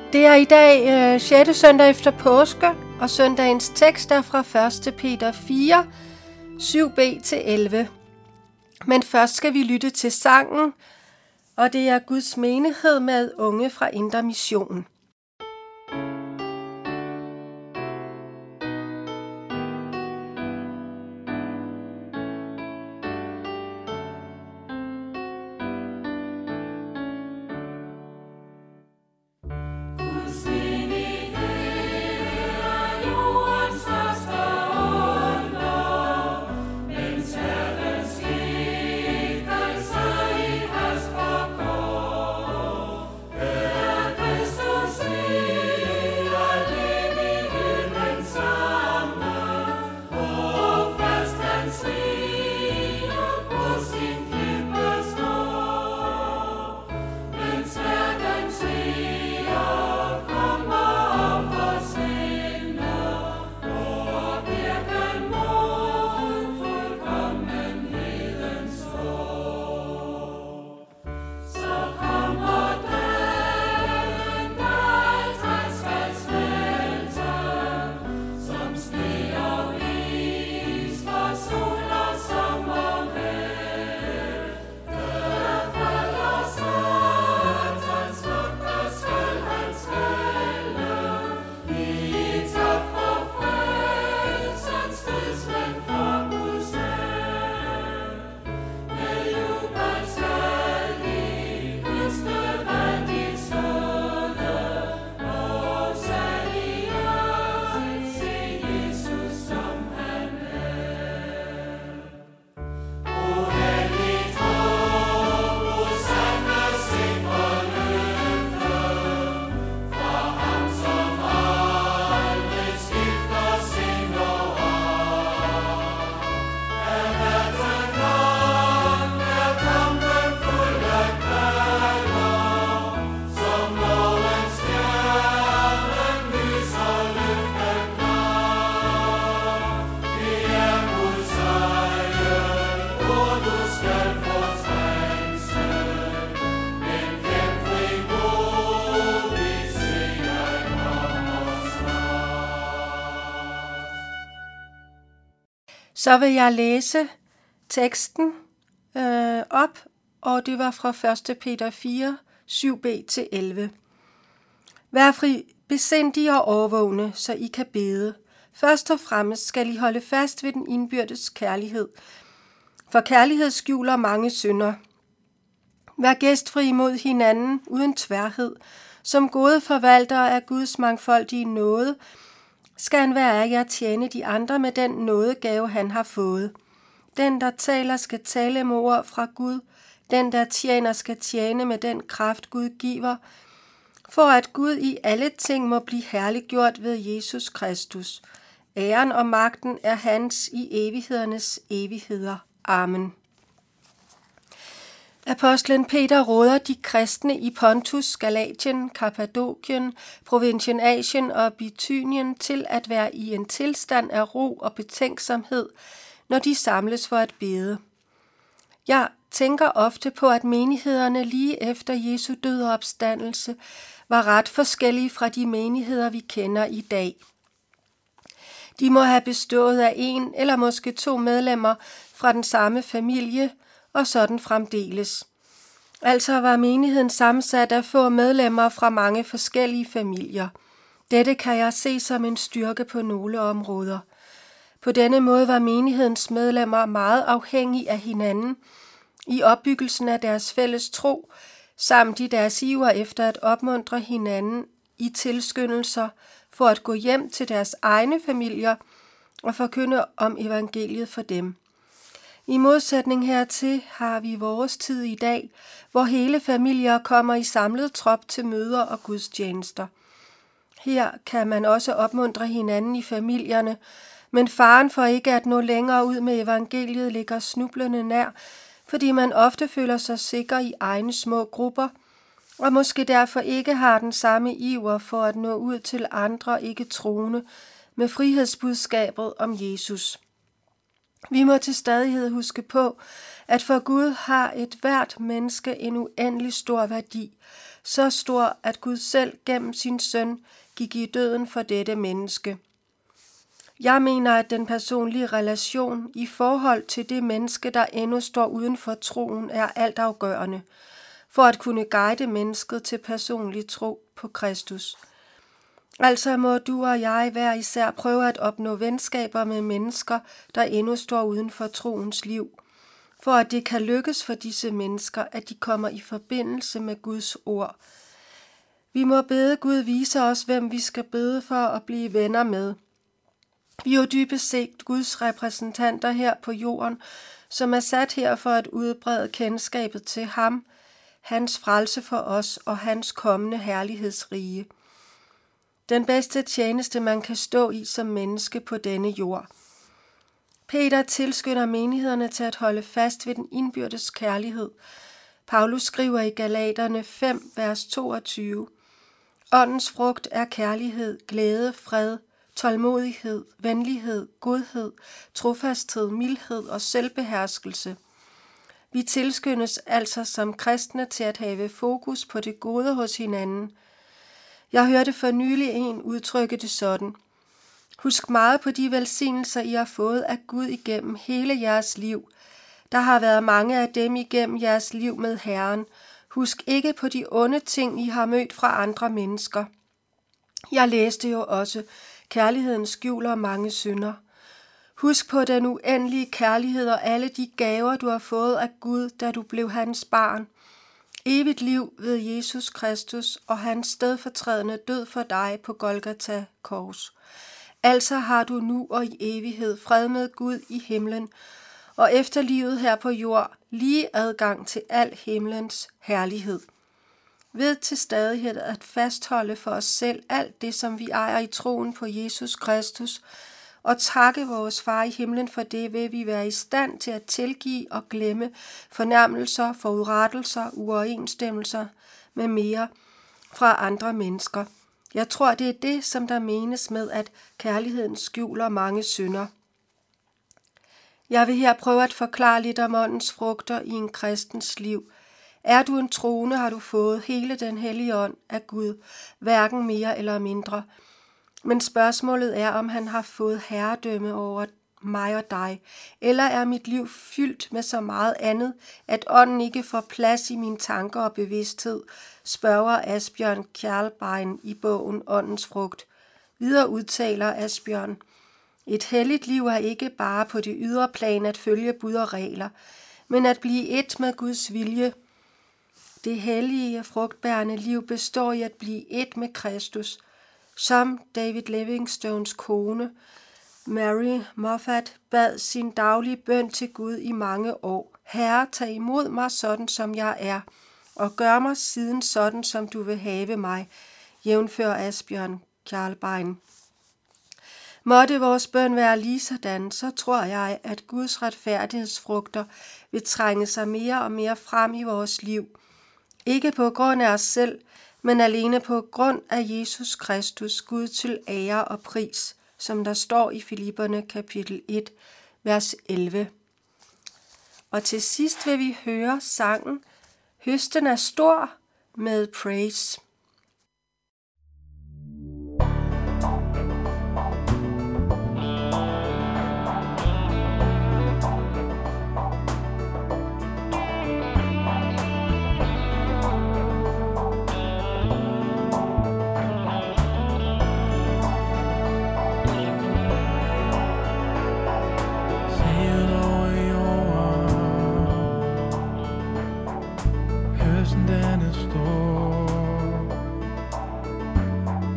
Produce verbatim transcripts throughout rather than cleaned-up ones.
Det er i dag øh, sjette søndag efter påske, og søndagens tekst er fra første Peter fire, syv b til elleve. Men først skal vi lytte til sangen, og det er Guds menighed med unge fra Indre Mission. Så vil jeg læse teksten øh, op, og det var fra første Peter fire, syv b til elleve. Vær fri, besindige og overvågne, så I kan bede. Først og fremmest skal I holde fast ved den indbyrdes kærlighed, for kærlighed skjuler mange synder. Vær gæstfri mod hinanden uden tværhed, som gode forvaltere af Guds mangfoldige nåde, skal han være af jer tjene de andre med den nådegave, han har fået. Den, der taler, skal tale med ord fra Gud. Den, der tjener, skal tjene med den kraft, Gud giver, for at Gud i alle ting må blive herliggjort ved Jesus Kristus. Æren og magten er hans i evighedernes evigheder. Amen. Apostlen Peter råder de kristne i Pontus, Galatien, Kappadokien, provinsien Asien og Bithynien til at være i en tilstand af ro og betænksomhed, når de samles for at bede. Jeg tænker ofte på, at menighederne lige efter Jesu død og opstandelse var ret forskellige fra de menigheder, vi kender i dag. De må have bestået af en eller måske to medlemmer fra den samme familie, og sådan fremdeles. Altså var menigheden sammensat af få medlemmer fra mange forskellige familier. Dette kan jeg se som en styrke på nogle områder. På denne måde var menighedens medlemmer meget afhængige af hinanden i opbyggelsen af deres fælles tro, samt i deres iver efter at opmuntre hinanden i tilskyndelser for at gå hjem til deres egne familier og forkynde om evangeliet for dem. I modsætning hertil har vi vores tid i dag, hvor hele familier kommer i samlet trop til møder og gudstjenester. Her kan man også opmuntre hinanden i familierne, men faren for ikke at nå længere ud med evangeliet ligger snublende nær, fordi man ofte føler sig sikker i egne små grupper, og måske derfor ikke har den samme iver for at nå ud til andre ikke troende med frihedsbudskabet om Jesus. Vi må til stadighed huske på, at for Gud har et hvert menneske en uendelig stor værdi, så stor, at Gud selv gennem sin søn gik i døden for dette menneske. Jeg mener, at den personlige relation i forhold til det menneske, der endnu står uden for troen, er altafgørende for at kunne guide mennesket til personlig tro på Kristus. Altså må du og jeg hver især prøve at opnå venskaber med mennesker, der endnu står uden for troens liv, for at det kan lykkes for disse mennesker, at de kommer i forbindelse med Guds ord. Vi må bede Gud vise os, hvem vi skal bede for at blive venner med. Vi er jo dybest set Guds repræsentanter her på jorden, som er sat her for at udbrede kendskabet til ham, hans frelse for os og hans kommende herlighedsrige. Den bedste tjeneste, man kan stå i som menneske på denne jord. Peter tilskynder menighederne til at holde fast ved den indbyrdes kærlighed. Paulus skriver i Galaterne fem, vers toogtyve. Åndens frugt er kærlighed, glæde, fred, tålmodighed, venlighed, godhed, trofasthed, mildhed og selvbeherskelse. Vi tilskyndes altså som kristne til at have fokus på det gode hos hinanden. Jeg hørte for nylig en udtrykke det sådan. Husk meget på de velsignelser, I har fået af Gud igennem hele jeres liv. Der har været mange af dem igennem jeres liv med Herren. Husk ikke på de onde ting, I har mødt fra andre mennesker. Jeg læste jo også, kærligheden skjuler mange synder. Husk på den uendelige kærlighed og alle de gaver, du har fået af Gud, da du blev hans barn. Evigt liv ved Jesus Kristus og hans stedfortrædende død for dig på Golgata kors. Altså har du nu og i evighed fred med Gud i himlen, og efter livet her på jord lige adgang til al himlens herlighed. Ved til stadighed at fastholde for os selv alt det, som vi ejer i troen på Jesus Kristus, og takke vores far i himlen for det, vil vi være i stand til at tilgive og glemme fornærmelser, forurettelser, uoverensstemmelser med mere fra andre mennesker. Jeg tror, det er det, som der menes med, at kærligheden skjuler mange synder. Jeg vil her prøve at forklare lidt om åndens frugter i en kristens liv. Er du en troende, har du fået hele den hellige ånd af Gud, hverken mere eller mindre. Men spørgsmålet er, om han har fået herredømme over mig og dig, eller er mit liv fyldt med så meget andet, at ånden ikke får plads i mine tanker og bevidsthed, spørger Asbjørn Kjærlbein i bogen Åndens frugt. Videre udtaler Asbjørn: et helligt liv er ikke bare på det ydre plan at følge bud og regler, men at blive et med Guds vilje. Det hellige, frugtbærende liv består i at blive et med Kristus, som David Livingstones kone, Mary Moffat, bad sin daglige bøn til Gud i mange år. Herre, tag imod mig sådan, som jeg er, og gør mig siden sådan, som du vil have mig, jævnfør Asbjørn Kjærlbein. Måtte vores bøn være lige sådan, så tror jeg, at Guds retfærdighedsfrugter vil trænge sig mere og mere frem i vores liv. Ikke på grund af os selv, men alene på grund af Jesus Kristus, Gud til ære og pris, som der står i Filipperne kapitel et, vers elleve. Og til sidst vil vi høre sangen Høsten er stor med Praise.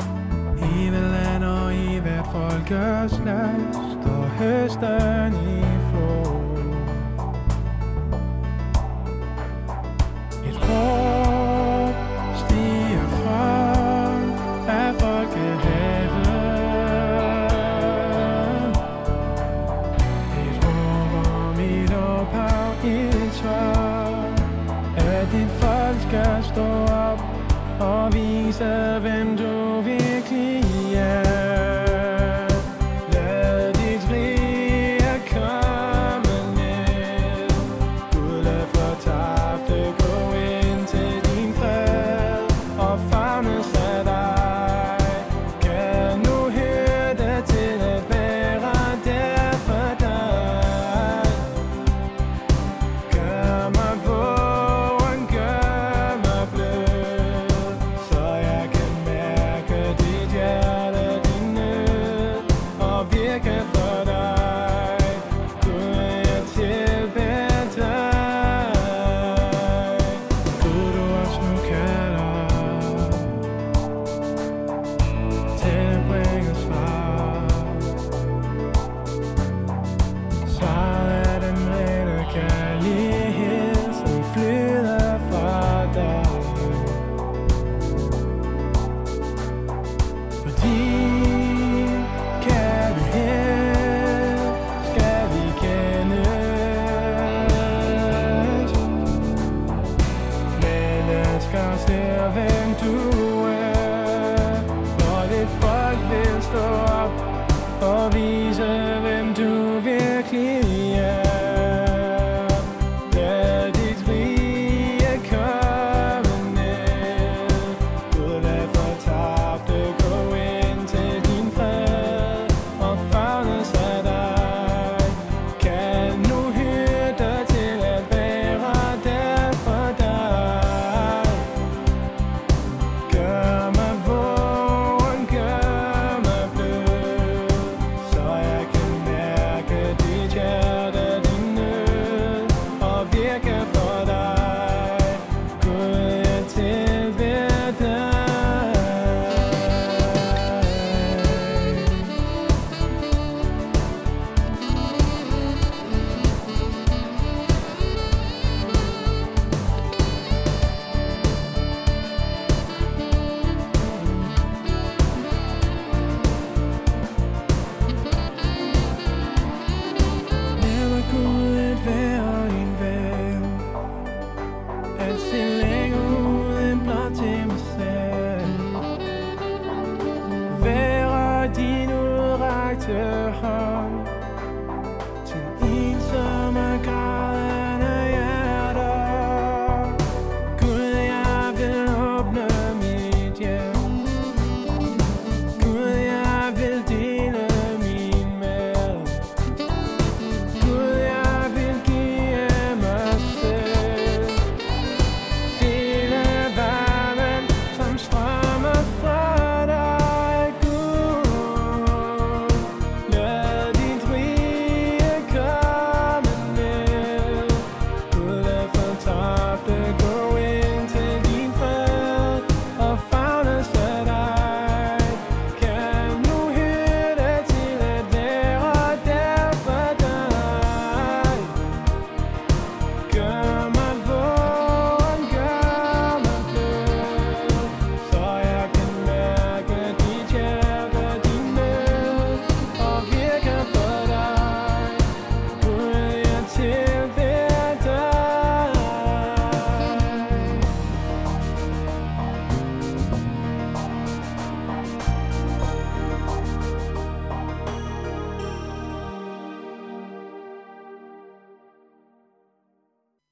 Folkeslag står høsten i